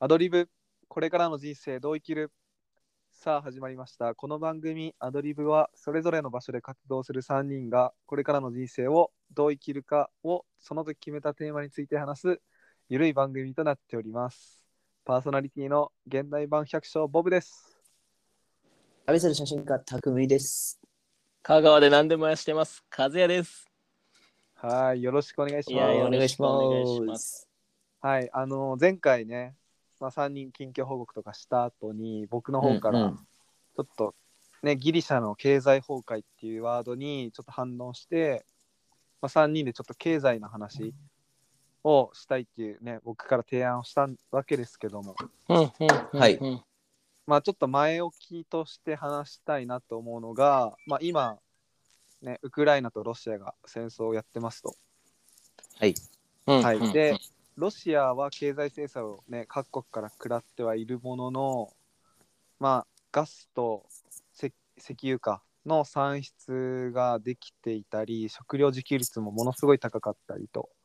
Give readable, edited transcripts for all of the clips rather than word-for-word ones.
アドリブ、これからの人生どう生きる。さあ始まりました。この番組アドリブはそれぞれの場所で活動する3人がこれからの人生をどう生きるかをその時決めたテーマについて話すゆるい番組となっております。パーソナリティの現代版百姓ボブです。 旅する写真家たくみです。 香川で何でもやしてます。和也です。 はい、よろしくお願いします。 よろしくお願いします。 はい、前回ね、3人近況報告とかした後に僕の方からちょっとね、ギリシャの経済崩壊っていうワードにちょっと反応して、3人でちょっと経済の話をしたいっていうね、僕から提案をしたわけですけども、 はい。 ちょっと前置きとして話したいなと思うのが、今ね、ウクライナとロシアが戦争をやってますと。 はい。 はい。で、ロシアは経済制裁をね、各国から食らってはいるものの、ガスと石油かの産出ができていたり、食料自給率もものすごい高かったりと、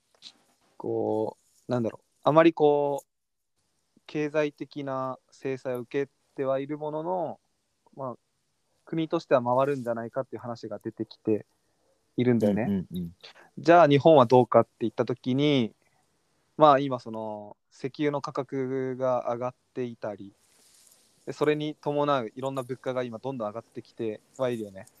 あまり経済的な制裁を受けてはいるものの、国としては回るんじゃないかっていう話が出てきているんだよね。じゃあ日本はどうかって言った時に、今その石油の価格が上がっていたり、でそれに伴ういろんな物価が今どんどん上がってきてはいるよね。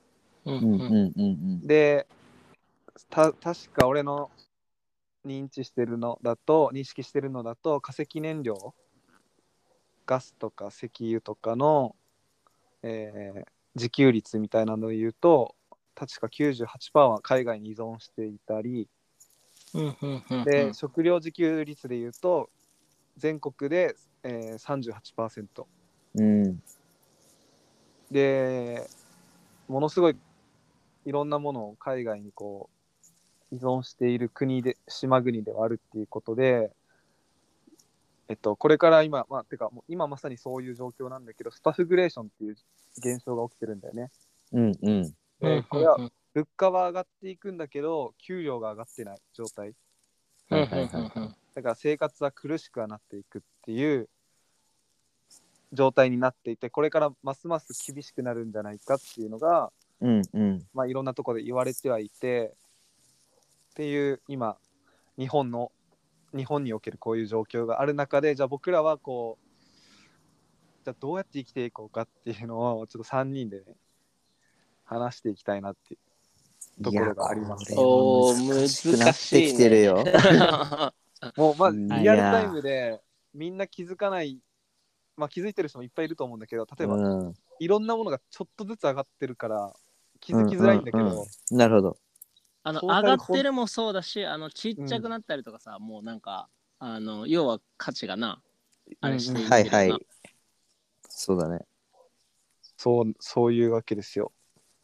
で、確か俺の認識してるのだと化石燃料、ガスとか石油とかの、自給率みたいなのを言うと、確か 98% は海外に依存していたり、で食料自給率で言うと全国で、38%、でものすごいいろんなものを海外に依存している島国ではあるっていうことで、これから今、もう今まさにそういう状況なんだけど、スタフグレーションっていう現象が起きてるんだよね。これは物価は上がっていくんだけど、給料が上がってない状態。だから生活は苦しくはなっていくっていう状態になっていて、これからますます厳しくなるんじゃないかっていうのが、いろんなところで言われてはいて、っていう今日本におけるこういう状況がある中で、じゃあ僕らはじゃあどうやって生きていこうかっていうのをちょっと3人でね話していきたいなっていうところがあります。 難しくなってきてるよ。 もうリアルタイムでみんな気づかない、気づいてる人もいっぱいいると思うんだけど、例えば、いろんなものがちょっとずつ上がってるから気づきづらいんだけど、 なるほど。 上がってるもそうだし、ちっちゃくなったりとかさ、もうなんか要は価値がな、あれしていってるよな。 そうだね。 そういうわけですよ。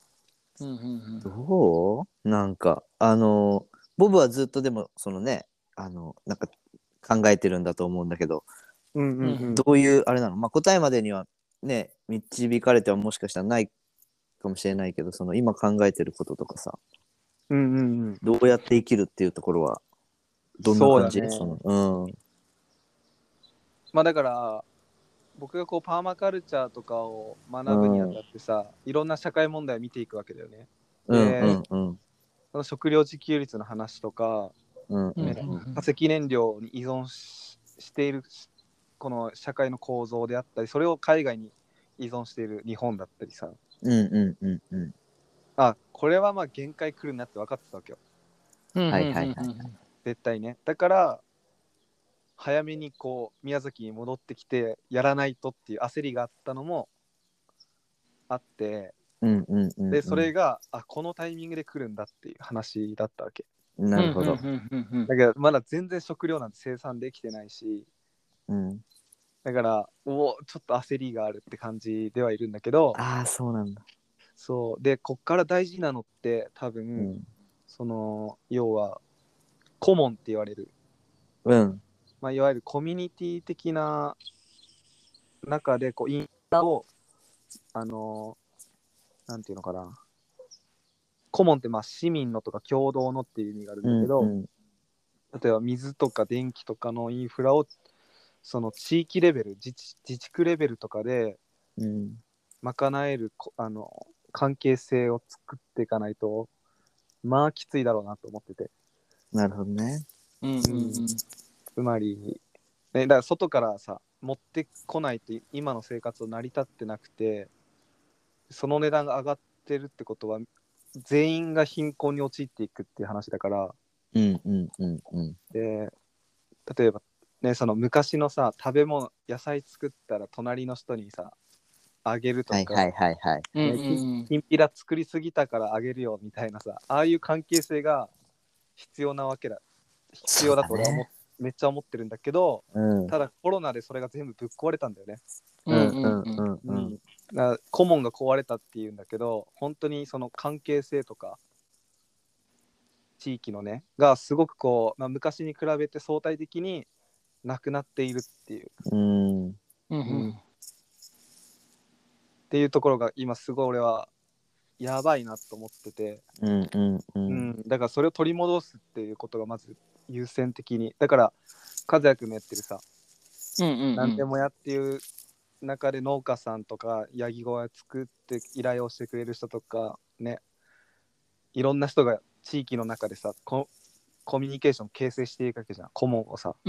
どう？なんかボブはずっとでもそのね、なんか考えてるんだと思うんだけど、どういうあれなの？答えまでにはね導かれてはもしかしたらないかもしれないけど、その今考えてることとかさ、どうやって生きるっていうところはどんな感じ？ だから僕がパーマカルチャーとかを学ぶにあたってさ、いろんな社会問題を見ていくわけだよね。で、その食料自給率の話とか、化石燃料に依存しているこの社会の構造であったり、それを海外に依存している日本だったりさ、これは限界来るなって分かってたわけよ。絶対ね。だから早めに宮崎に戻ってきてやらないとっていう焦りがあったのもあって、でそれがこのタイミングで来るんだっていう話だったわけ。 なるほど。 だけどまだ全然食料なんて生産できてないし、だからちょっと焦りがあるって感じではいるんだけど、 そうなんだ。 そうで、こっから大事なのって多分、その要はコモンって言われる、いわゆるコミュニティ的な中でインフラをなんていうのかな、コモンって市民のとか共同のっていう意味があるんだけど、例えば水とか電気とかのインフラをその地域レベル、自治区レベルとかでうん賄える関係性を作っていかないと、まあきついだろうなと思ってて。 なるほどね。 つまり、ね、だから外からさ、持ってこないと今の生活を成り立ってなくて、その値段が上がってるってことは、全員が貧困に陥っていくっていう話だから、 うんうんうんうん。 で、例えば、ね、その昔のさ、食べ物、野菜作ったら隣の人にさ、あげるとか、 はいはいはいはい。 ね、きんぴら作りすぎたからあげるよみたいなさ、ああいう関係性が必要なわけだ。必要だと俺はめっちゃ思ってるんだけど、ただコロナでそれが全部ぶっ壊れたんだよね。顧問が壊れたっていうんだけど、本当にその関係性とか地域のねがすごくこう、昔に比べて相対的になくなっているっていう、っていうところが今すごい俺はやばいなと思ってて、だからそれを取り戻すっていうことがまず優先的に、だから和也くんのやってるさ、何でもやっていう中で農家さんとかヤギ小屋作って依頼をしてくれる人とかね、いろんな人が地域の中でさコミュニケーション形成していくわけじゃん、顧問をさ。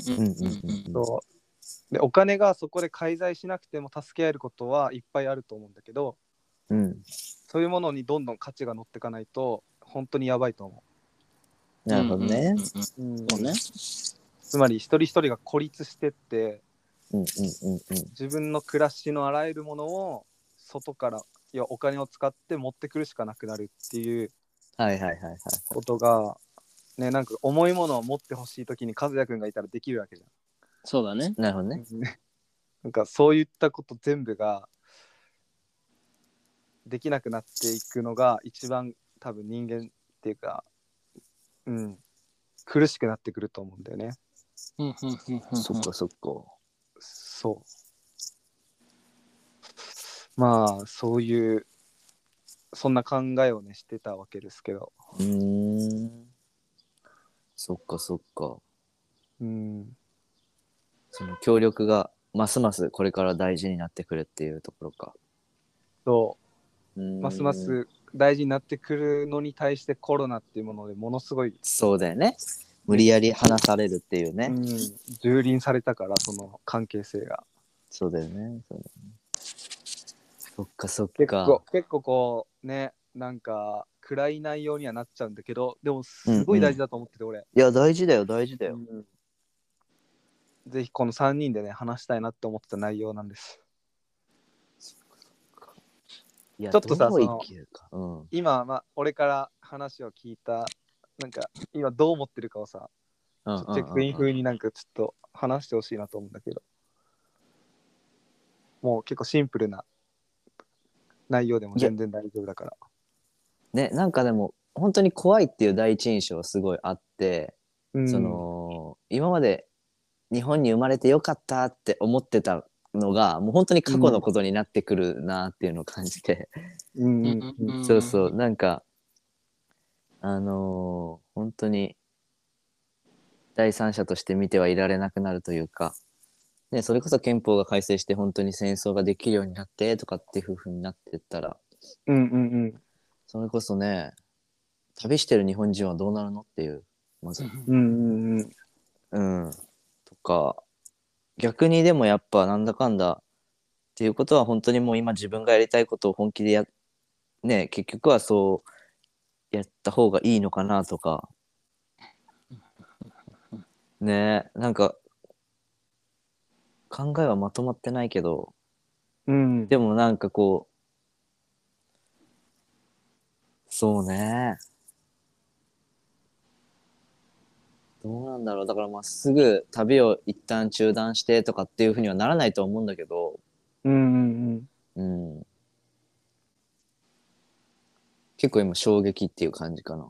でお金がそこで介在しなくても助け合えることはいっぱいあると思うんだけど、そういうものにどんどん価値が乗っていかないと本当にやばいと思う。なるほどね。 つまり一人一人が孤立してって、自分の暮らしのあらゆるものを外からお金を使って持ってくるしかなくなるっていうことが、ね、なんか重いものを持ってほしいときに和也くんがいたらできるわけじゃん。 そうだね。 なるほどね。 なんかそういったこと全部ができなくなっていくのが一番多分人間っていうか、苦しくなってくると思うんだよね。 そっかそっか。 そう。まあそういうそんな考えをねしてたわけですけど。 そっかそっか。 その協力がますますこれから大事になってくるっていうところか。 そう。ますます大事になってくるのに対してコロナっていうものでものすごい、 そうだよね。無理やり離されるっていうね。 蹂躙されたからその関係性が。 そうだよね。そっかそっか。結構こうね、なんか暗い内容にはなっちゃうんだけど、でもすごい大事だと思ってて、俺。 いや大事だよ大事だよ。 ぜひこの3人でね話したいなって思ってた内容なんです。ちょっとさ、今、俺から話を聞いた、なんか今どう思ってるかをさ、チェックイン風になんかちょっと話してほしいなと思うんだけど、もう結構シンプルな内容でも全然大丈夫だから。 ね、なんかでも本当に怖いっていう第一印象はすごいあって、その今まで日本に生まれてよかったって思ってたのがもう本当に過去のことになってくるなっていうのを感じて、そうそうなんか本当に第三者として見てはいられなくなるというか、ね、それこそ憲法が改正して本当に戦争ができるようになってとかっていう風になってったら、それこそね旅してる日本人はどうなるのっていうまずとか、逆にでもやっぱなんだかんだっていうことは本当にもう今自分がやりたいことを本気でね結局はそうやった方がいいのかなとかね、なんか考えはまとまってないけど、でもなんかこうそうね、どうなんだろう。だからまっすぐ旅を一旦中断してとかっていうふうにはならないと思うんだけど、結構今衝撃っていう感じかな。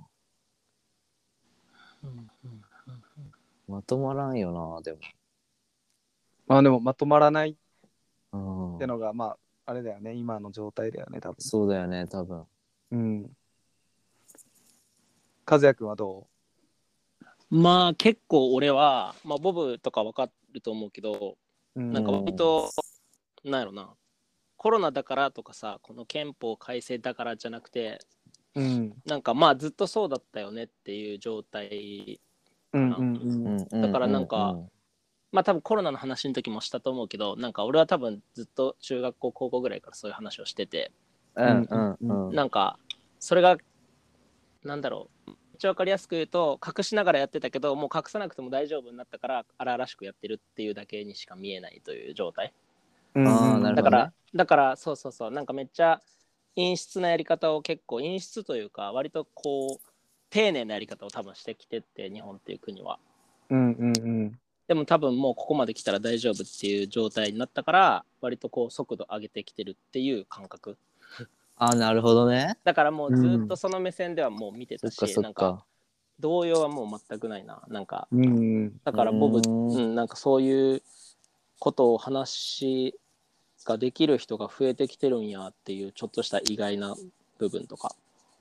まとまらんよな、でも。 まあでもまとまらないってのが、まああれだよね、今の状態だよね、多分。 そうだよね、多分。 和也くんはどまあ結構俺は、まあ、ボブとか分かると思うけど、なんか割と、なんやろな、コロナだからとかさ、この憲法改正だからじゃなくて、なんかまあずっとそうだったよねっていう状態かな。だからなんか、まあ多分コロナの話の時もしたと思うけど、なんか俺は多分ずっと中学校高校ぐらいからそういう話をしてて、なんかそれがなんだろう、めっちゃ分かりやすく言うと、隠しながらやってたけどもう隠さなくても大丈夫になったから荒々しくやってるっていうだけにしか見えないという状態。だからそうそうそう、なんかめっちゃ陰湿なやり方を、結構陰湿というか割とこう丁寧なやり方を多分してきてって、日本っていう国は。でも多分もうここまで来たら大丈夫っていう状態になったから、割とこう速度上げてきてるっていう感覚。 あ、なるほどね。 だからもうずっとその目線ではもう見てたし、なんか動揺はもう全くないな。なんか、だからボブ、なんかそういうことを話ができる人が増えてきてるんやっていう、ちょっとした意外な部分とか。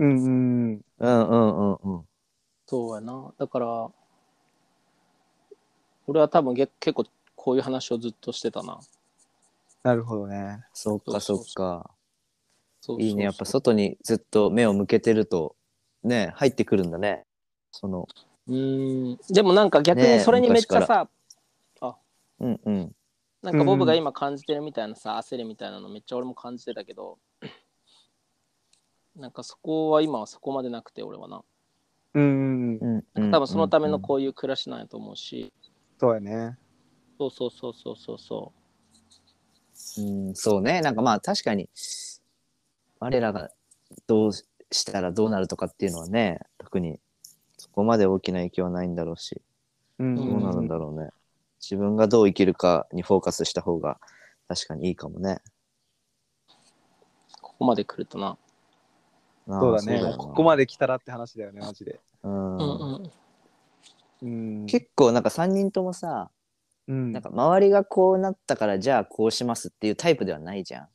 そうやな。だから俺は多分結構こういう話をずっとしてたな。 なるほどね。 そっかそっか。いいね。やっぱ外にずっと目を向けてるとね、入ってくるんだね。そのでもなんか逆にそれにめっちゃさ、なんかボブが今感じてるみたいなさ、焦りみたいなのめっちゃ俺も感じてたけど、なんかそこは今はそこまでなくて、俺はな。なんか多分そのためのこういう暮らしなんやと思うし。 そうやね。 そう。 そうね。なんかまあ確かに我らがどうしたらどうなるとかっていうのはね、特にそこまで大きな影響はないんだろうし、どうなるんだろうね。自分がどう生きるかにフォーカスした方が確かにいいかもね。 ここまで来るとな。 そうだね。ここまで来たらって話だよね、マジで。 結構なんか3人ともさ、なんか周りがこうなったからじゃあこうしますっていうタイプではないじゃん。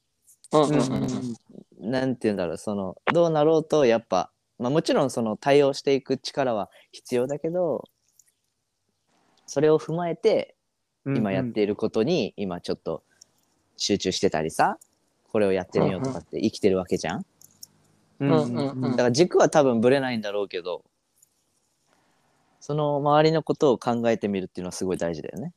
なんて言うんだろう、そのどうなろうとやっぱ、まあ、もちろんその対応していく力は必要だけど、それを踏まえて今やっていることに今ちょっと集中してたりさ、これをやってみようとかって生きてるわけじゃん。だから軸は多分ぶれないんだろうけど、その周りのことを考えてみるっていうのはすごい大事だよね。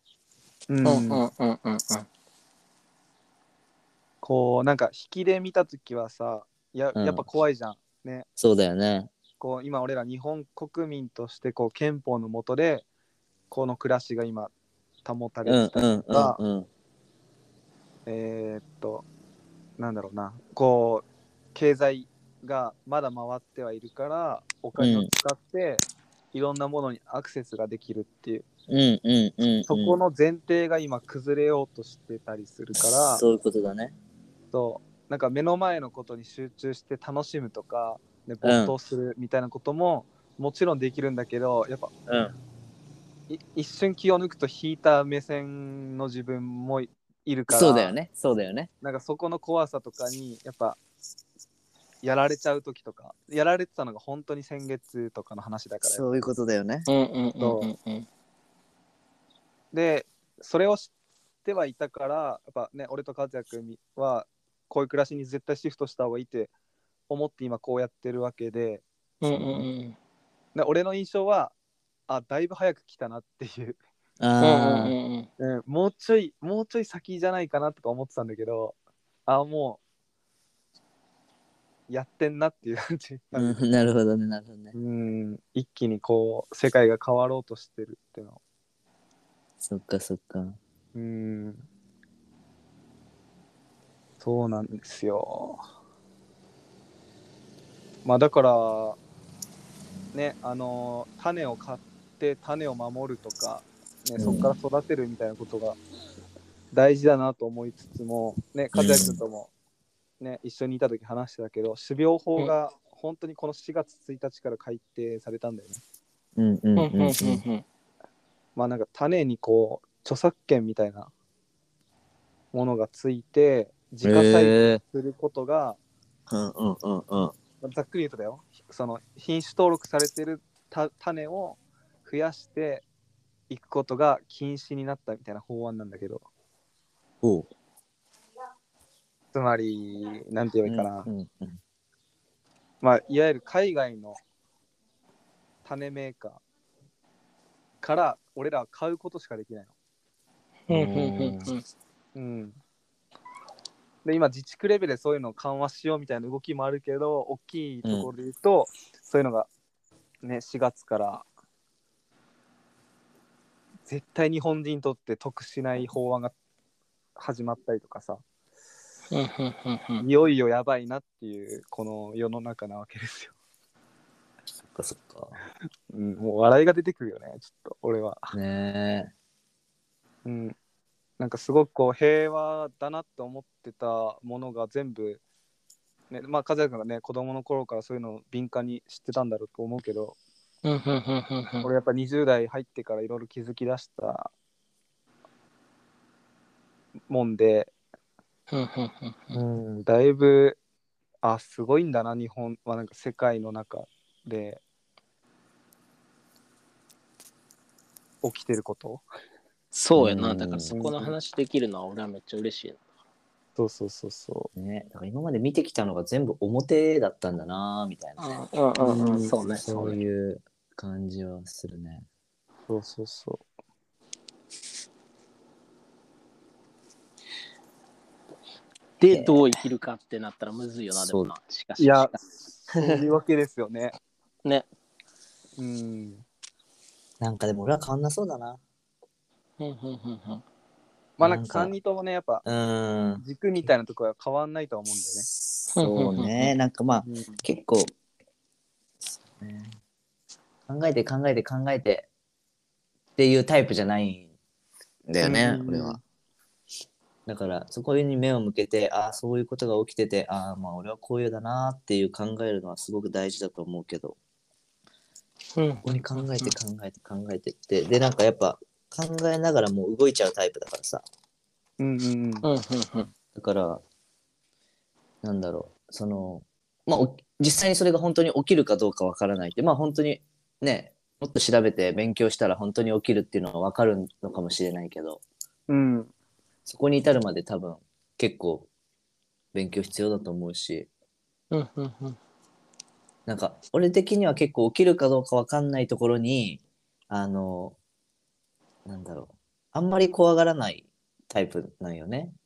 こうなんか引きで見たときはさ、やっぱ怖いじゃんね。 そうだよね。 こう今俺ら日本国民としてこう憲法の下でこの暮らしが今保たれてたりとか、なんだろうな、こう経済がまだ回ってはいるからお金を使っていろんなものにアクセスができるっていう、そこの前提が今崩れようとしてたりするから、 そういうことだね。 そうなんか目の前のことに集中して楽しむとか、ね、没頭するみたいなことももちろんできるんだけど、やっぱ、一瞬気を抜くと引いた目線の自分もいるから、 そうだよね。 なんかそこの怖さとかにやっぱやられちゃう時とか、やられてたのが本当に先月とかの話だから、 そういうことだよね。 でそれを知ってはいたから、やっぱね、俺と和也君はこういう暮らしに絶対シフトした方がいいって思って今こうやってるわけで、で俺の印象はだいぶ早く来たなっていうもうちょい先じゃないかなとか思ってたんだけど、もうやってんなっていう感じ。 なるほどね。 一気にこう世界が変わろうとしてるっていうの。 そっか。 そうなんですよ。まあだからね、種を買って種を守るとか、ね、そこから育てるみたいなことが大事だなと思いつつも、ね、和也君とも、ね、一緒にいた時話してたけど、種苗法が本当にこの4月1日から改定されたんだよね。まあなんか種にこう著作権みたいなものがついて自家採掘することが、ざっくり言うとだよ、その品種登録されてる種を増やしていくことが禁止になったみたいな法案なんだけど、 おう。 つまりなんて言えばいいかな、 うんうんまあいわゆる海外の種メーカーから俺らは買うことしかできないの。うん。で今自治区レベルでそういうのを緩和しようみたいな動きもあるけど、大きいところで言うと、そういうのがね4月から絶対日本人にとって得しない法案が始まったりとかさ、いよいよやばいなっていうこの世の中なわけですよ。 そっかそっか。 うん、もう笑いが出てくるよね、ちょっと俺は。 ねうん、なんかすごくこう平和だなって思ってたものが全部、ね、まあ和也君がね子供の頃からそういうのを敏感に知ってたんだろうと思うけど、俺やっぱ20代入ってからいろいろ気づき出したもんで、うん、だいぶすごいんだな日本は、なんか世界の中で起きてること。 そうやな。だからそこの話できるのは俺はめっちゃ嬉しいな。 そうそうそうそえ。ね、だから今まで見てきたのが全部表だったんだなみたいなね。 そうね。 そういう感じはするね。 そうそうそう。 で、どう生きるかってなったらむずいよな、でもな。しかし。 いや、そういうわけですよね。 ね。 うん。 なんかでも俺は変わんなそうだな。 まあなんか3人ともね、やっぱうん。 軸みたいなところは変わんないと思うんだよね。 そうね。なんかまあ、結構、ね、考えて考えて考えてっていうタイプじゃないんだよね、俺は。だからそこに目を向けて、そういうことが起きてて、まあ俺はこういうだなっていう考えるのはすごく大事だと思うけど、ここに考えて考えて考えてって、でなんかやっぱ考えながらもう動いちゃうタイプだからさ。だからなんだろう、そのまあ実際にそれが本当に起きるかどうかわからないって、まあ本当にね、もっと調べて勉強したら本当に起きるっていうのはわかるのかもしれないけど、そこに至るまで多分結構勉強必要だと思うし、なんか俺的には結構起きるかどうかわかんないところになんだろう、あんまり怖がらないタイプなんよね。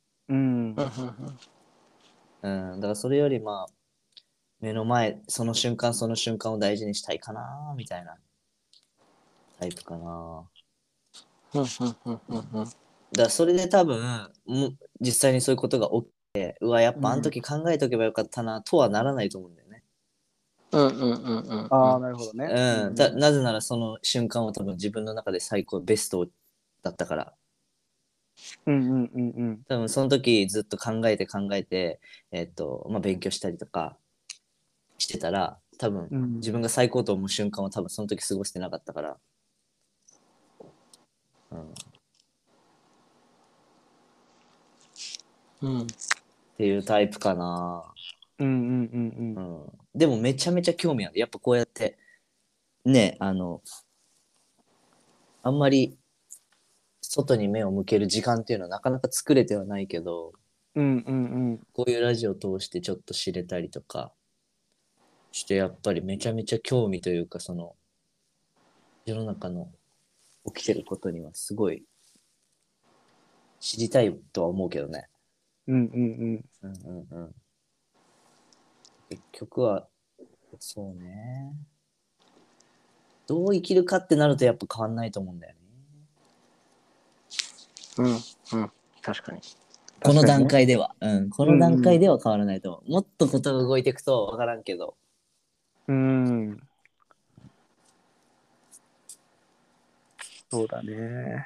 だからそれよりまあ目の前その瞬間その瞬間を大事にしたいかなみたいなタイプかな。だからそれで多分実際にそういうことが起きて、やっぱあの時考えとけばよかったなとはならないと思うんだよね。 なるほどね。 なぜならその瞬間は多分自分の中で最高ベストだったから。多分その時ずっと考えて考えて、まあ、勉強したりとかしてたら多分自分が最高と思う瞬間は多分その時過ごしてなかったから、っていうタイプかな。でもめちゃめちゃ興味ある。やっぱこうやってね、あんまり外に目を向ける時間っていうのはなかなか作れてはないけど、こういうラジオを通してちょっと知れたりとかしてやっぱりめちゃめちゃ興味というか、その世の中の起きてることにはすごい知りたいとは思うけどね。結局はそうね。どう生きるかってなるとやっぱ変わんないと思うんだよね。 確かに。 この段階では、この段階では変わらないと思う。もっとことが動いていくと分からんけど。 そうだね。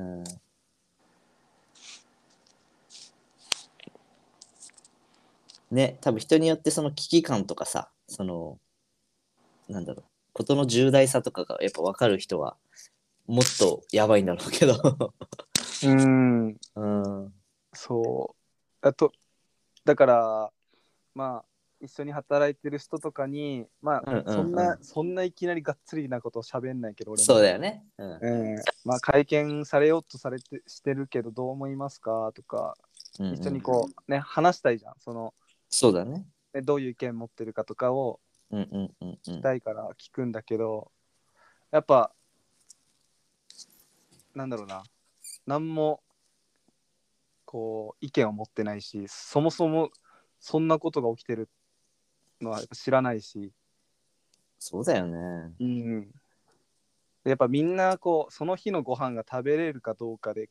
ね、多分人によってその危機感とかさ、そのなんだろう、ことの重大さとかがやっぱ分かる人はもっとやばいんだろうけど。 そう。だからまあ一緒に働いてる人とかに、まあ、そんないきなりがっつりなことを喋んないけど、俺も。 そうだよね。 まあ、会見されようとしてるけど、どう思いますかとか、一緒にこう、ね、話したいじゃん。 そうだね。 どういう意見持ってるかとかを聞きたいから聞くんだけど、やっぱ、なんだろうな、何も、こう、意見を持ってないし、そもそもそんなことが起きてるのはやっぱ知らないし、 そうだよね。 やっぱみんなこうその日のご飯が食べれるかどうかで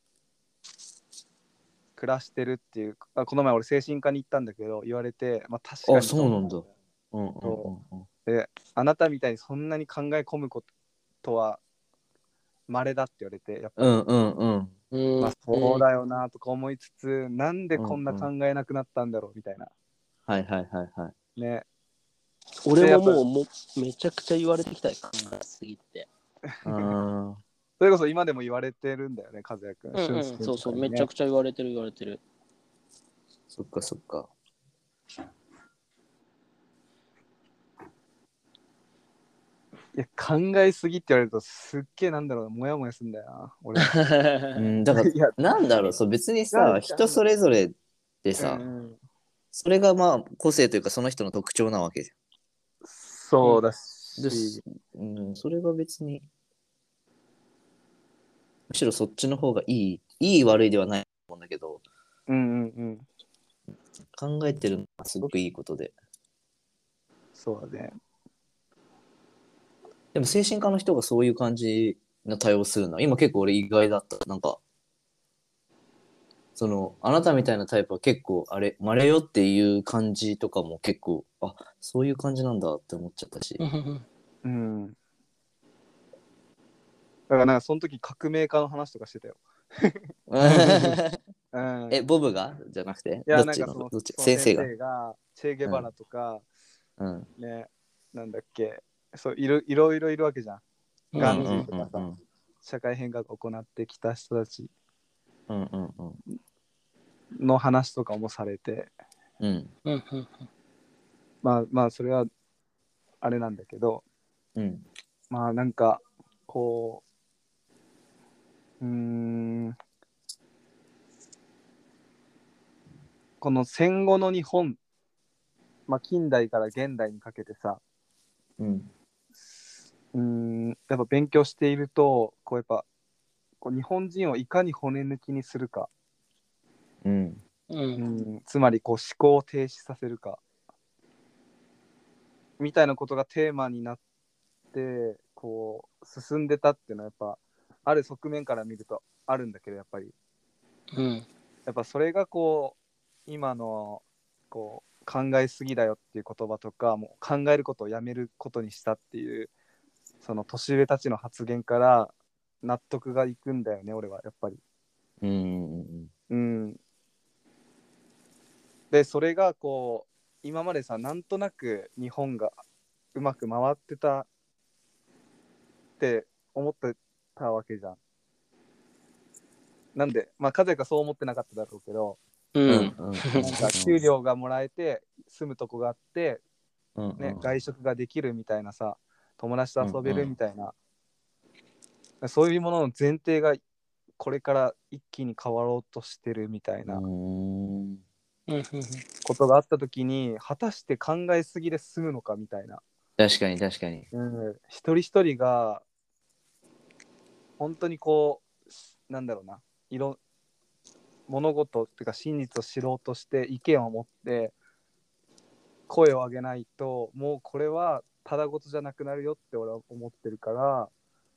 暮らしてるっていう、この前俺精神科に行ったんだけど言われて、まあ、確かにそうなんだ。 で、あなたみたいにそんなに考え込むことは稀だって言われて、やっぱり、まあ、そうだよなとか思いつつ、なんでこんな考えなくなったんだろうみたいな。ね。 俺ももうめちゃくちゃ言われてきたよ、考えすぎて。 それこそ今でも言われてるんだよね、和也くん。 そうそう、めちゃくちゃ言われてる。 そっかそっか。 いや、考えすぎって言われるとすっげえなんだろうな、もやもやすんだよな、俺は。だからなんだろう、そう別にさ、人それぞれでさ、それがまあ個性というかその人の特徴なわけじゃん。 そうだし、 それが別にむしろそっちの方がいい悪いではないと思うんだけど、考えてるのはすごくいいことで。 そうだね。 でも精神科の人がそういう感じの対応するのは今結構俺意外だった。なんかあなたみたいなタイプは結構まれよっていう感じとかも結構そういう感じなんだって思っちゃったし。 だからなんかその時革命家の話とかしてたよ。 ボブがじゃなくていや、 どっち先生がチェ・ゲバラとか、ね、なんだっけ、そういろいろいるわけじゃん。ガンジーとかさ、社会変革を行ってきた人たちの話とかもされて、まあそれはあれなんだけど、まあなんかこうこの戦後の日本、まあ、近代から現代にかけてさ、やっぱ勉強しているとこうやっぱこう日本人をいかに骨抜きにするか、つまりこう思考を停止させるかみたいなことがテーマになってこう進んでたっていうのはやっぱある側面から見るとあるんだけど、やっぱり、やっぱそれがこう今のこう考えすぎだよっていう言葉とか、もう考えることをやめることにしたっていうその年上たちの発言から納得がいくんだよね、俺はやっぱり。でそれがこう今までさ、なんとなく日本がうまく回ってたって思ってたわけじゃん。なんでまあ和也がそう思ってなかっただろうけど、なんか給料がもらえて住むとこがあって、外食ができるみたいなさ、友達と遊べるみたいな、そういうものの前提がこれから一気に変わろうとしてるみたいなことがあった時に、果たして考えすぎで済むのかみたいな。 確かに。 一人一人が本当にこうなんだろうな、物事っていうか真実を知ろうとして意見を持って声を上げないと、もうこれはただごとじゃなくなるよって俺は思ってるから、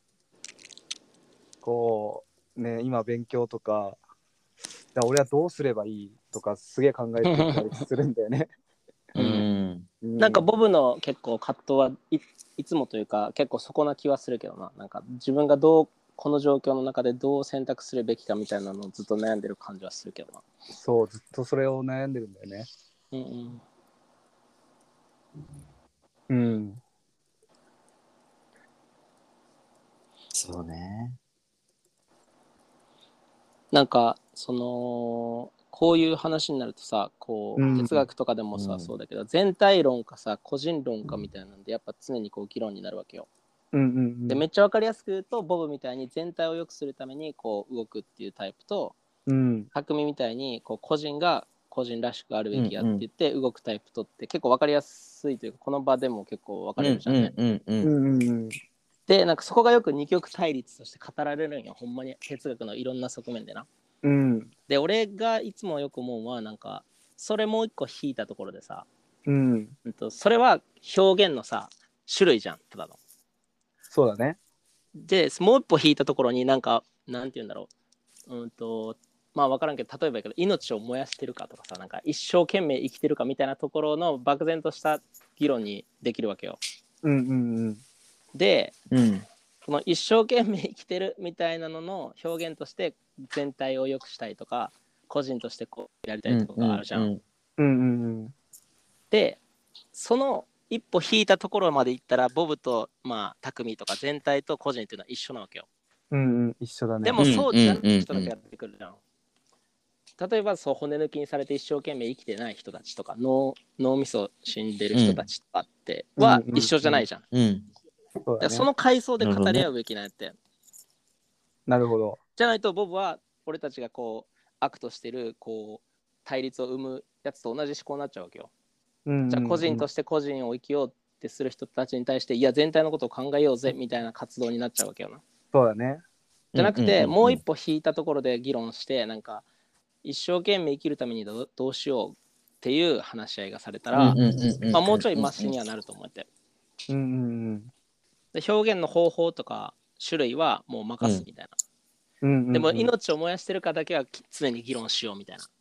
こうね、今勉強とか、じゃあ俺はどうすればいいとかすげえ考えてたりするんだよね。 なんかボブの結構葛藤はいつもというか結構そこな気はするけどな。なんか自分がこの状況の中でどう選択するべきかみたいなのをずっと悩んでる感じはするけどな。 そう、ずっとそれを悩んでるんだよね。 そうね。 なんかこういう話になるとさ、こう哲学とかでもさ、そうだけど全体論かさ個人論かみたいなんでやっぱ常にこう議論になるわけよ。でめっちゃ分かりやすく言うとボブみたいに全体を良くするためにこう動くっていうタイプと、匠みたいにこう個人が個人らしくあるべきやって言って動くタイプとって結構分かりやすいというかこの場でも結構分かれるじゃんね。でなんかそこがよく二極対立として語られるんよ、ほんまに哲学のいろんな側面でな。で俺がいつもよく思うのはなんかそれもう一個引いたところでさ、それは表現のさ種類じゃん、ただの。 そうだね。 でもう一歩引いたところになんかなんて言うんだろう、まあ分からんけど例えばやけど命を燃やしてるかとかさ、なんか一生懸命生きてるかみたいなところの漠然とした議論にできるわけよ。で、この一生懸命生きてるみたいなのの表現として全体を良くしたいとか個人としてこうやりたいとかがあるじゃん。でその一歩引いたところまでいったらボブとまあ匠とか全体と個人っていうのは一緒なわけよ。 一緒だね。 でもそうじゃない人だけやってくるじゃん。例えばそう骨抜きにされて一生懸命生きてない人たちとか脳みそ死んでる人たちとかっては一緒じゃないじゃん。その階層で語り合うべきなんやって。 なるほど。 じゃないとボブは俺たちがこう悪としてるこう対立を生むやつと同じ思考になっちゃうわけよ。じゃあ個人として個人を生きようってする人たちに対していや全体のことを考えようぜみたいな活動になっちゃうわけよな。 そうだね。 じゃなくてもう一歩引いたところで議論してなんか一生懸命生きるためにどうしようっていう話し合いがされたらもうちょいマシにはなると思って。で表現の方法とか種類はもう任すみたいな。でも命を燃やしてるかだけは常に議論しようみたいな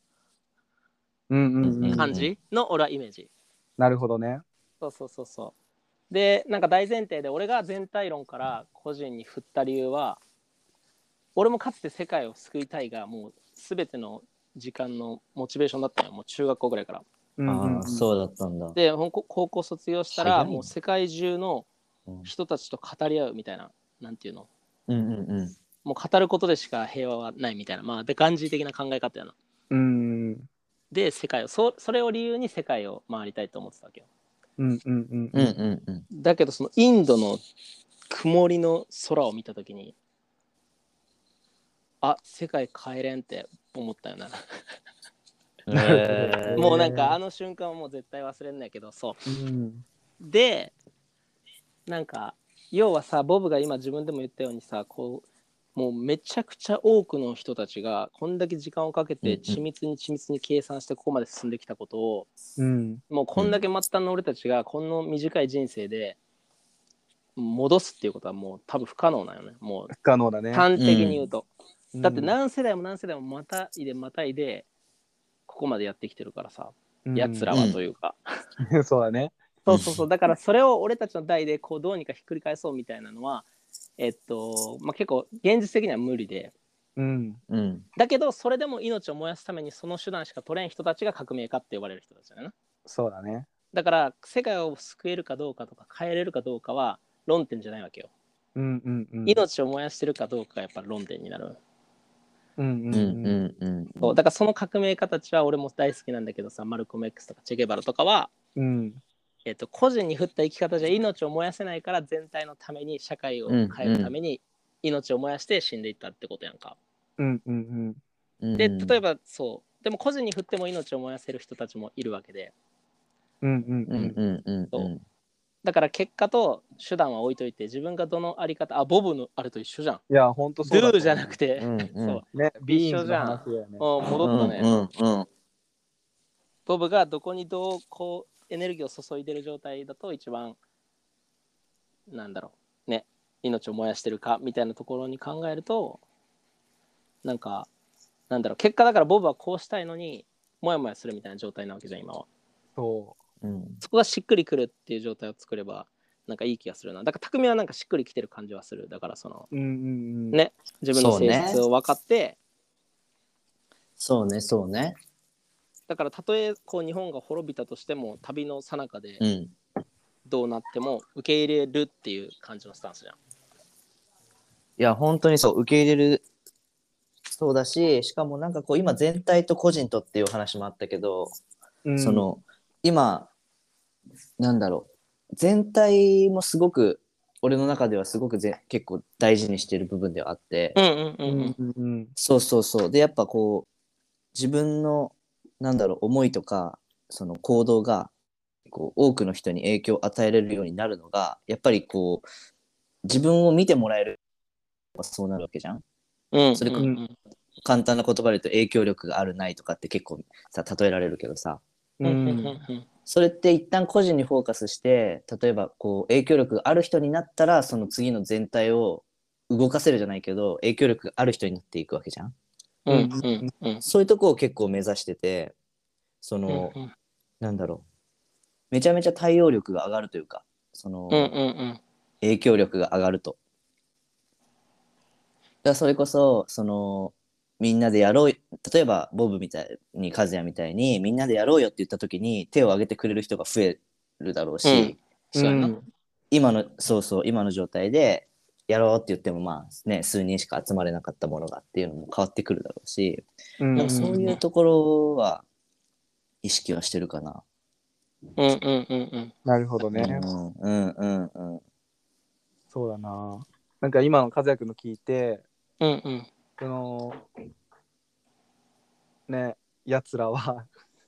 感じの俺はイメージ。 なるほどね。 そうでなんか大前提で俺が全体論から個人に振った理由は俺もかつて世界を救いたいがもう全ての時間のモチベーションだったよ、もう中学校ぐらいから。 そうだったんだ。 で高校卒業したらもう世界中の人たちと語り合うみたいな、なんていうの、もう語ることでしか平和はないみたいな、まあガンジー的な考え方やな。で世界をそれを理由に世界を回りたいと思ってたわけよ。だけどそのインドの曇りの空を見た時に世界変えれんって思ったよな。もうなんかあの瞬間はもう絶対忘れんないけど、でなんか要はさボブが今自分でも言ったようにさこうもうめちゃくちゃ多くの人たちがこんだけ時間をかけて緻密に計算してここまで進んできたことを、もうこんだけ末端の俺たちがこの短い人生で戻すっていうことはもう多分不可能なよね。もう不可能だね。 端的に言うと、だって何世代もまたいでここまでやってきてるからさ、やつらはというかそうだね。 そうだからそれを俺たちの代でこうどうにかひっくり返そうみたいなのはまあ、結構現実的には無理で、だけどそれでも命を燃やすためにその手段しか取れん人たちが革命家って呼ばれる人たちだよね。 そうだね。 だから世界を救えるかどうかとか変えれるかどうかは論点じゃないわけよ。命を燃やしてるかどうかがやっぱ論点になる。そうだからその革命家たちは俺も大好きなんだけどさ、マルコム X とかチェゲバラとかは、個人に振った生き方じゃ命を燃やせないから全体のために社会を変えるために命を燃やして死んでいったってことやんか。で例えばそうでも個人に振っても命を燃やせる人たちもいるわけで、だから結果と手段は置いといて自分がどのあり方ボブのあれと一緒じゃん。 いや本当そうだ。 ドゥじゃなくてそうね、 一緒じゃん。戻ったね。ボブがどこにどうこうエネルギーを注いでる状態だと一番なんだろうね、命を燃やしてるかみたいなところに考えるとなんかなんだろう、結果だからボブはこうしたいのにモヤモヤするみたいな状態なわけじゃん今は。そこがしっくりくるっていう状態を作ればなんかいい気がするな。だから匠はなんかしっくりきてる感じはする。だからそのね、自分の性質を分かって、 そうねだからたとえこう日本が滅びたとしても旅の最中でどうなっても受け入れるっていう感じのスタンスじゃん。 いや本当にそう、受け入れるそうだし、しかもなんかこう今全体と個人とっていう話もあったけど、その今なんだろう、全体もすごく俺の中ではすごく結構大事にしてる部分ではあって、そうそうそう。でやっぱこう自分のなんだろう思いとかその行動がこう多くの人に影響を与えれるようになるのがやっぱりこう自分を見てもらえるそうなるわけじゃん。それ簡単な言葉で言うと影響力があるないとかって結構さ例えられるけどさ、それって一旦個人にフォーカスして例えばこう影響力がある人になったらその次の全体を動かせるじゃないけど影響力がある人になっていくわけじゃん。そういうとこを結構目指しててその、なんだろうめちゃめちゃ対応力が上がるというかその、影響力が上がると。だからそれこそそのみんなでやろう例えばボブみたいに和也みたいにみんなでやろうよって言った時に手を挙げてくれる人が増えるだろうし、今のそうそう今の状態でやろうって言ってもまあね数人しか集まれなかったものがっていうのも変わってくるだろうし、なんかそういうところは意識はしてるかな。 なるほどね。そうだな。なんか今の和也君の聞いて、そのねやつらは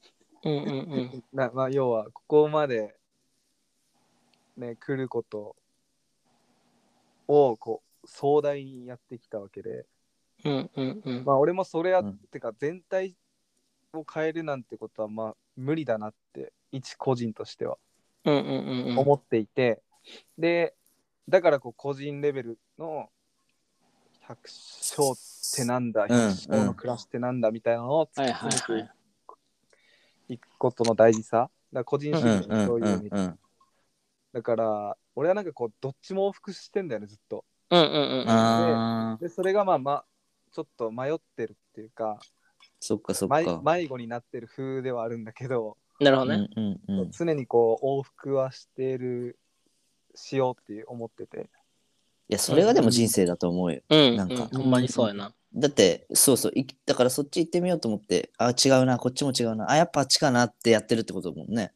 まあ要はここまでね来ることをこう壮大にやってきたわけで、まあ俺もそれってか全体を変えるなんてことはまあ無理だなって一個人としては思っていて、でだからこう個人レベルの百姓ってなんだ、百姓の暮らしってなんだみたいなのを突き詰めていくことの大事さ、だから個人主義のそういう意味で、だから俺はなんかこうどっちも往復してんだよねずっと。でそれがまあちょっと迷ってるっていうか、 そっかそっか迷子になってる風ではあるんだけど、 なるほどね。 常にこう往復はしようって思ってて。 いやそれがでも人生だと思うよ。なんかほんまにそうやな。 だってそうそうだからそっち行ってみようと思ってあ違うなこっちも違うなあやっぱあっちかなってやってるってことだもんね。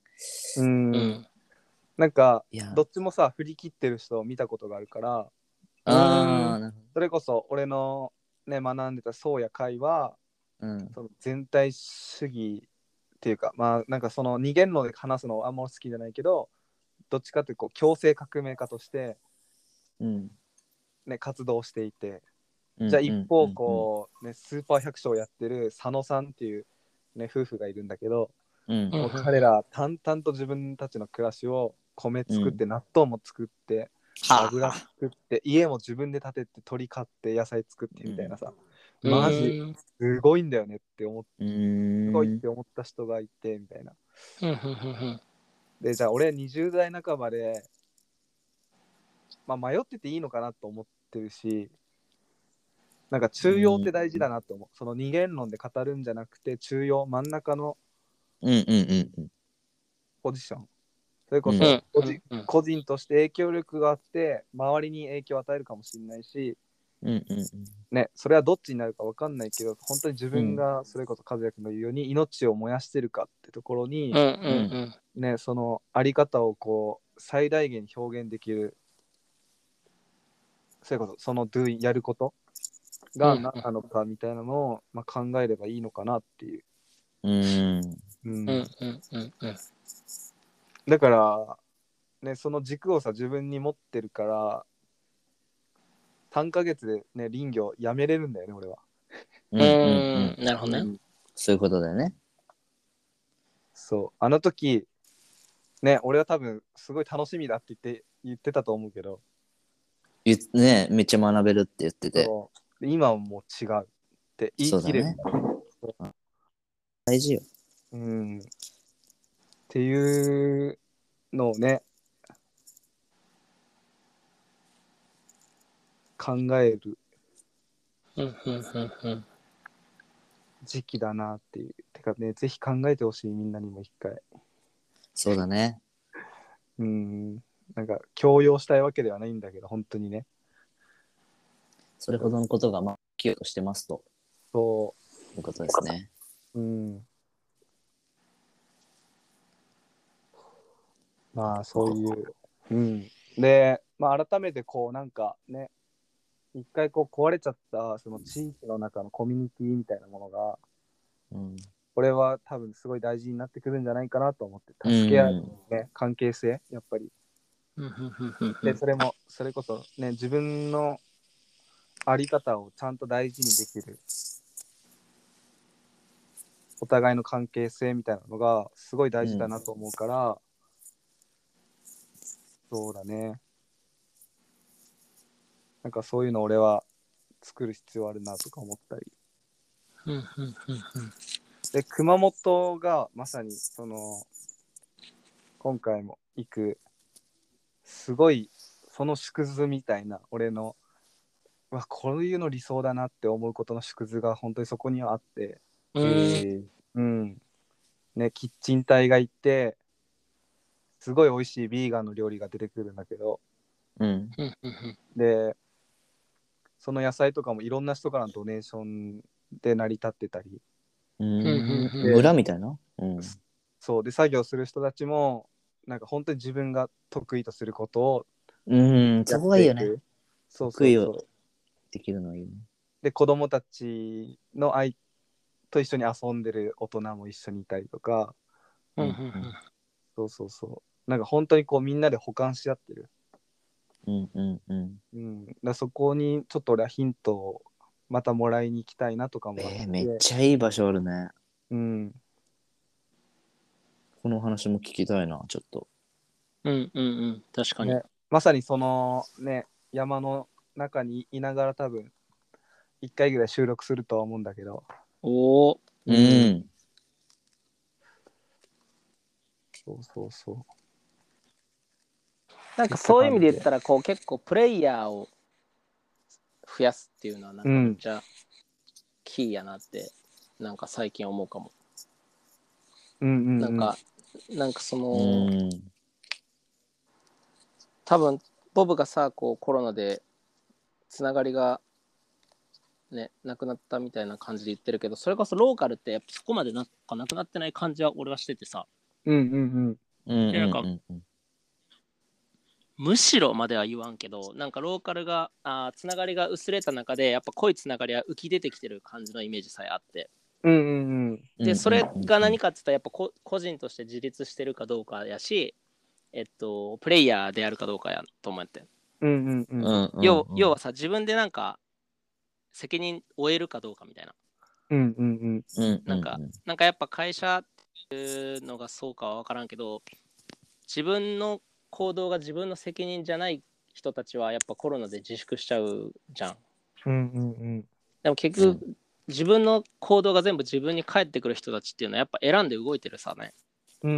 なんかどっちもさ振り切ってる人を見たことがあるから、それこそ俺のね学んでた宗や会は、その全体主義っていうかまあなんかその二元論で話すのはあんま好きじゃないけど、どっちかっていうとこう強制革命家として、ね、活動していて、じゃあ一方こう、ね、スーパー百姓をやってる佐野さんっていう、ね、夫婦がいるんだけど、もう彼ら淡々と自分たちの暮らしを米作って、納豆も作って油作って家も自分で建てて鳥飼って野菜作ってみたいなさ、マジすごいんだよねって思って、すごいって思った人がいてみたいな。でじゃあ俺20代半ばで、まあ、迷ってていいのかなと思ってるし、なんか中庸って大事だなと思う。その二元論で語るんじゃなくて中庸、真ん中のポジション、それこそ個人として影響力があって周りに影響を与えるかもしれないし、ね、それはどっちになるか分かんないけど、本当に自分がそれこそ和也君の言うように命を燃やしてるかってところに、ね、そのあり方をこう最大限に表現できる、それこそそのやることが何なのかみたいなのを、まあ、考えればいいのかなっていう。だからね、その軸をさ自分に持ってるから3ヶ月でね林業やめれるんだよね俺は。 なるほどね。 そういうことだよね。 そうあの時ね俺は多分すごい楽しみだって言ってたと思うけど、 ねめっちゃ学べるって言ってて、 今はもう違うって言い切れる、ね、 大事よ。 っていうのをね考える時期だなっていう。てかねぜひ考えてほしい、みんなにも一回。 そうだね。 なんか強要したいわけではないんだけど本当にね、 それほどのことがまあ起きようとしてますと。 そいうことですね。 う。まあそういう。で、まあ改めてこうなんかね、一回こう壊れちゃったその地域の中のコミュニティみたいなものが、これは多分すごい大事になってくるんじゃないかなと思って、助け合う、ね、関係性、やっぱり。で、それこそね、自分のあり方をちゃんと大事にできる、お互いの関係性みたいなのがすごい大事だなと思うから、そうだね。なんかそういうの俺は作る必要あるなとか思ったり。で、熊本がまさにその今回も行くすごいその縮図みたいな俺のこういうの理想だなって思うことの縮図が本当にそこにはあって、ね、キッチン隊が行ってすごい美味しいビーガンの料理が出てくるんだけど、でその野菜とかもいろんな人からのドネーションで成り立ってたり、 村みたいな、 そうで作業する人たちもなんか本当に自分が得意とすることをそこがいいよね。 そう得意をできるのはいいね。 で子供たちのと一緒に遊んでる大人も一緒にいたりとか、そうなんか本当にこうみんなで補完し合ってる。だそこにちょっと俺はヒントをまたもらいに行きたいなとかもあって、 めっちゃいい場所あるね。この話も聞きたいな、ちょっと。 確かに、 ね。まさにそのね、山の中にいながら多分1回ぐらい収録するとは思うんだけど。そう。 なんかそういう意味で言ったらこう結構プレイヤーを増やすっていうのはなんかめっちゃキーやなってなんか最近思うかも。なんかその多分ボブがさこうコロナでつながりがねなくなったみたいな感じで言ってるけど、それこそローカルってやっぱそこまでなくなってない感じは俺はしててさ。なんかむしろまでは言わんけど、なんかローカルがつながりが薄れた中でやっぱ濃いつながりは浮き出てきてる感じのイメージさえあって、でそれが何かって言ったらやっぱ個人として自立してるかどうかやし、プレイヤーであるかどうかやと思って、要はさ自分でなんか責任負えるかどうかみたいな、なんかやっぱ会社っていうのがそうかは分からんけど、自分の行動が自分の責任じゃない人たちはやっぱコロナで自粛しちゃうじゃん。でも結局、自分の行動が全部自分に返ってくる人たちっていうのはやっぱ選んで動いてるさね。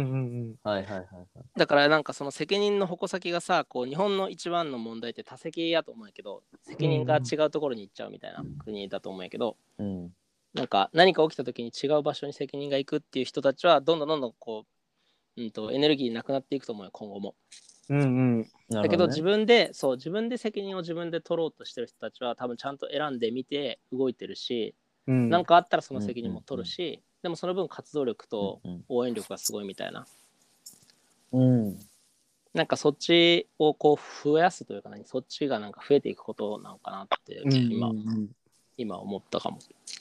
だからなんかその責任の矛先がさ、こう日本の一番の問題って多責やと思うんやけど、責任が違うところに行っちゃうみたいな国だと思うんやけど、なんか何か起きた時に違う場所に責任が行くっていう人たちはどんどんこう、エネルギーなくなっていくと思うよ今後も。だけど自分で責任を自分で取ろうとしてる人たちは多分ちゃんと選んでみて動いてるし、何かあったらその責任も取るし、でもその分活動力と応援力がすごいみたいな、なんかそっちをこう増やすというか、そっちがなんか増えていくことなのかなって今思ったかも。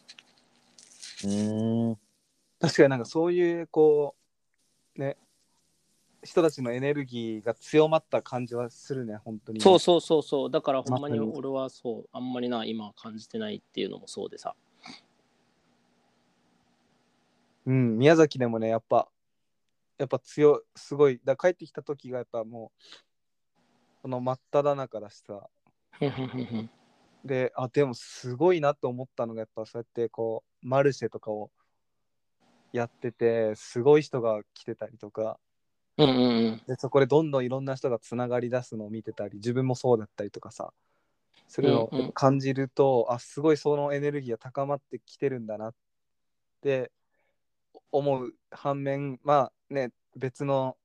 確かになんかそういうこうね人たちのエネルギーが強まった感じはするね本当に、ね。 そうだからほんまに俺はそうあんまり今感じてないっていうのもそうでさ。 宮崎でもねやっぱすごい帰ってきた時がやっぱもうその真っ只中だしさででもすごいなと思ったのがやっぱそうやってこうマルシェとかをやっててすごい人が来てたりとか、でそこでどんどんいろんな人がつながり出すのを見てたり自分もそうだったりとかさするのを感じると、すごいそのエネルギーが高まってきてるんだなって思う反面別の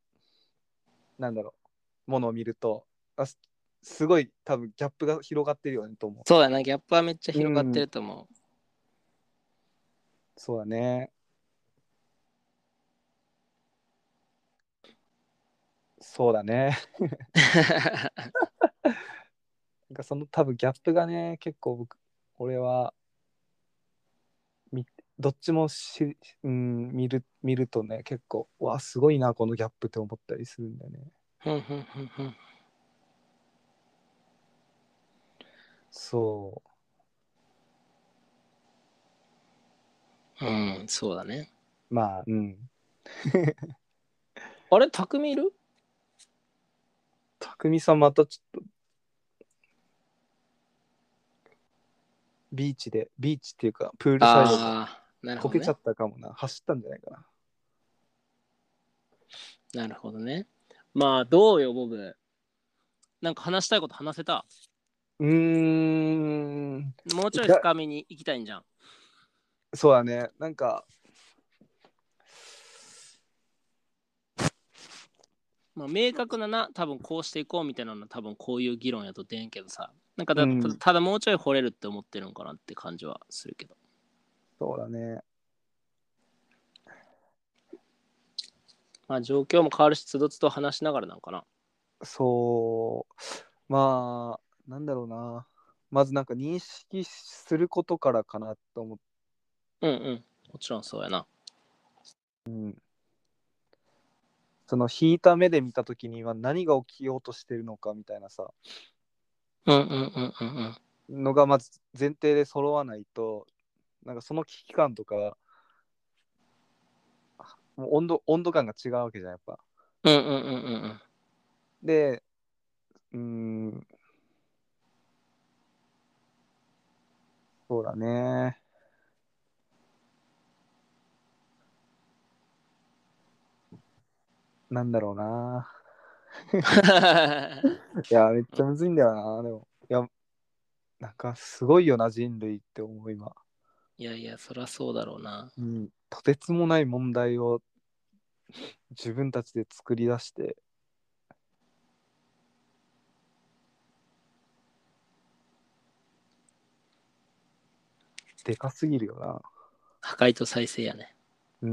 ものを見るとすごい多分ギャップが広がってるよねと思う。 そうだな、ギャップはめっちゃ広がってると思う。 そうだね。そうだね。なんかその多分ギャップがね、結構俺はみどっちも見るとね、結構、わあ、すごいな、このギャップって思ったりするんだよね。 ふんふんふんふん。 そうん、そうだね。 う。まあ、うん。 あれ、匠いる？ 匠さんまたちょっとビーチっていうか、プールサイドでああ、なるほどね。 こけちゃったかもな。走ったんじゃないかな。 なるほどね。まあ、どうよ、ボブ。なんか話したいこと話せた？ うーん。 もうちょいいや、 深めに行きたいんじゃん。 そうだね。なんか、 まあ、明確な多分こうしていこうみたいなのは多分こういう議論やと出んけどさ、なんかうんただもうちょい掘れるって思ってるんかなって感じはするけど。 そうだね。 まあ状況も変わるし、つどつど話しながらなんかな。 そう。まあ、なんだろうな。まずなんか認識することからかなと思って、 うんうん。もちろんそうやな。 その引いた目で見たときには何が起きようとしてるのかみたいなさ、 うんうんうんうんうん。 のがまず前提で揃わないと、なんかその危機感とか、もう温度感が違うわけじゃん、やっぱ。 うんうんうんうんうん。 で、うーん、そうだね。なんだろうな。いや、めっちゃむずいんだよな。でも、いや、なんかすごいよな、人類って思う、今。 いやいや、そりゃそうだろうな。 うん、とてつもない問題を自分たちで作り出して、でかすぎるよな。 破壊と再生やね。 うん。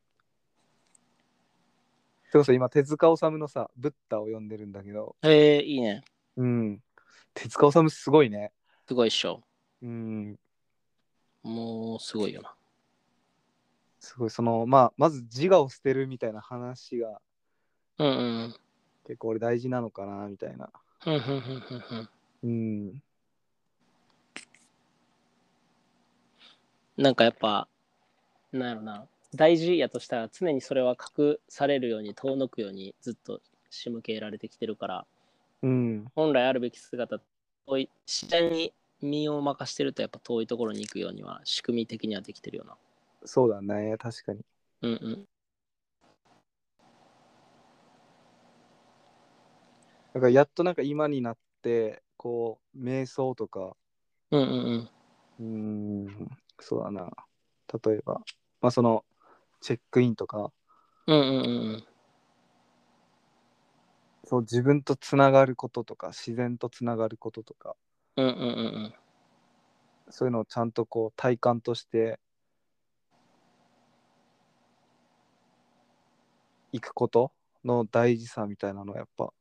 それこそ今、手塚治虫のさ、ブッダを読んでるんだけど、 いいね。 うん。手塚治虫すごいね。 すごいっしょ。 うん。 もうすごいよな。 すごい、まあ、まず自我を捨てるみたいな話がうんうん結構俺大事なのかな、みたいな。 うん。ふんふんふんふん。 うん。 なんかやっぱ、なんやろな。大事やとしたら常にそれは隠されるように遠のくようにずっと仕向けられてきてるから、 うん。 本来あるべき姿、自然に身を任してるとやっぱ遠いところに行くようには仕組み的にはできてるよな。 そうだね、確かに。 うんうん。 だからやっとなんか今になって、こう、瞑想とか、 うんうんうーん、そうだな。例えば、まあチェックインとか、 うん。うんうんうんうん。 そう、自分とつながることとか、自然とつながることとか、 うんうんうんうん。 そういうのをちゃんとこう、体感としていくことの大事さみたいなのはやっぱ、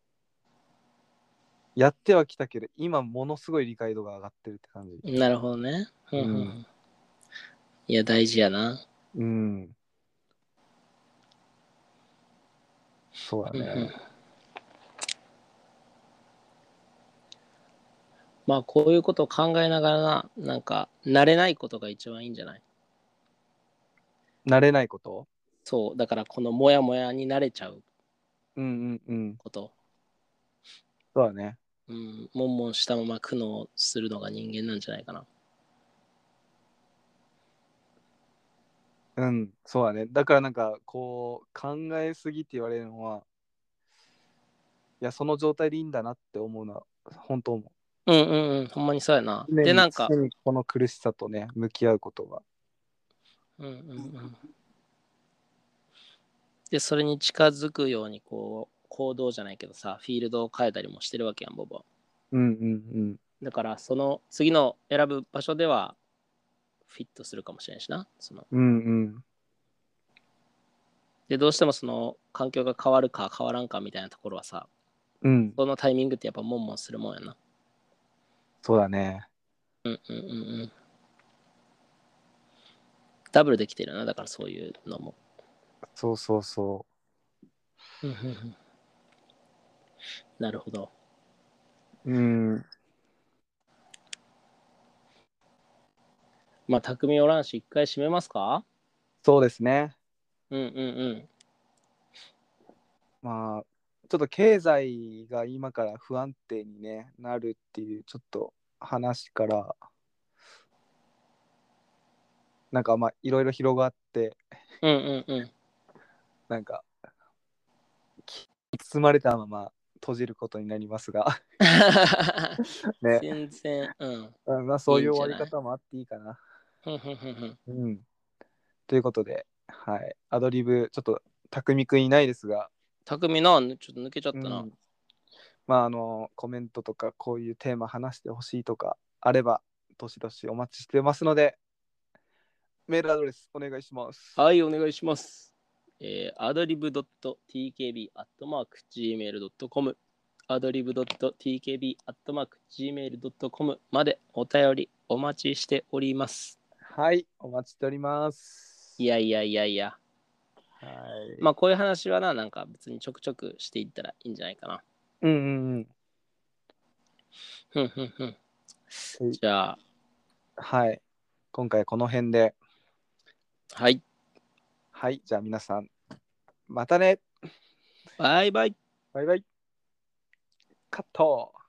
やってはきたけど、今ものすごい理解度が上がってるって感じ。 なるほどね。うんうんううん。 ん。いや、大事やな。 うん。そうだうんうん。 ね。 まあ、こういうことを考えながらな、なんか、慣れないことが一番いいんじゃない？ 慣れないこと。 そう、だからこのモヤモヤに慣れちゃううんうんうん。 こと。 そうだね。 うん、悶々したまま苦悩するのが人間なんじゃないかな。 うん、そうだね。だからなんか、こう、考えすぎって言われるのは、いや、その状態でいいんだなって思うのは、本当思う。 うんうんうん、ほんまにそうやな。で、 常に、 なんか、 常にこの苦しさとね、向き合うことが。 うんうんうん。で、それに近づくように、こう、行動じゃないけどさ、フィールドを変えたりもしてるわけやん、ボブは。 うんうんだから、その次の選ぶ場所では、 フィットするかもしれないしな。 うんうん。 で、どうしてもその環境が変わるか変わらんかみたいなところはさ、 うん。 そのタイミングってやっぱもんもんするもんやな。 そうだね。 うんうんうんうん。ダブルできてるな、だからそういうのも。 そうそうそうんうんうん。なるほど。 う。うん。 まあ、匠おらんし、一回締めますか？ そうですね。 うんうんうん。 まあ、ちょっと経済が今から不安定に、ね、なるっていうちょっと話から、なんかまあいろいろ広がって、 うんうんうん。 なんか包まれたまま閉じることになりますがね、 全然、うん。 まあそういう終わりいいんじゃない？ 方もあっていいかな。 ふんふんふんふん。 うん。ということで、はい、アドリブちょっと匠くんいないですが、 匠な、ちょっと抜けちゃったな。 うん、まあコメントとかこういうテーマ話してほしいとかあればどしどしお待ちしてますので、メールアドレスお願いします。 はい、お願いします。adlib.tkb@gmail.com adlib.tkb@gmail.com までお便りお待ちしております。 はい、お待ちしております。 いやいやいやいや。 はい。 まあこういう話はな、なんか別にちょくちょくしていったらいいんじゃないかな。 うんうんうん。 ふんふんふん。 はい、 じゃあ、 はい。今回この辺で。 はい。 はい。じゃあ皆さん、またね。 バイバイ。 バイバイ。カット。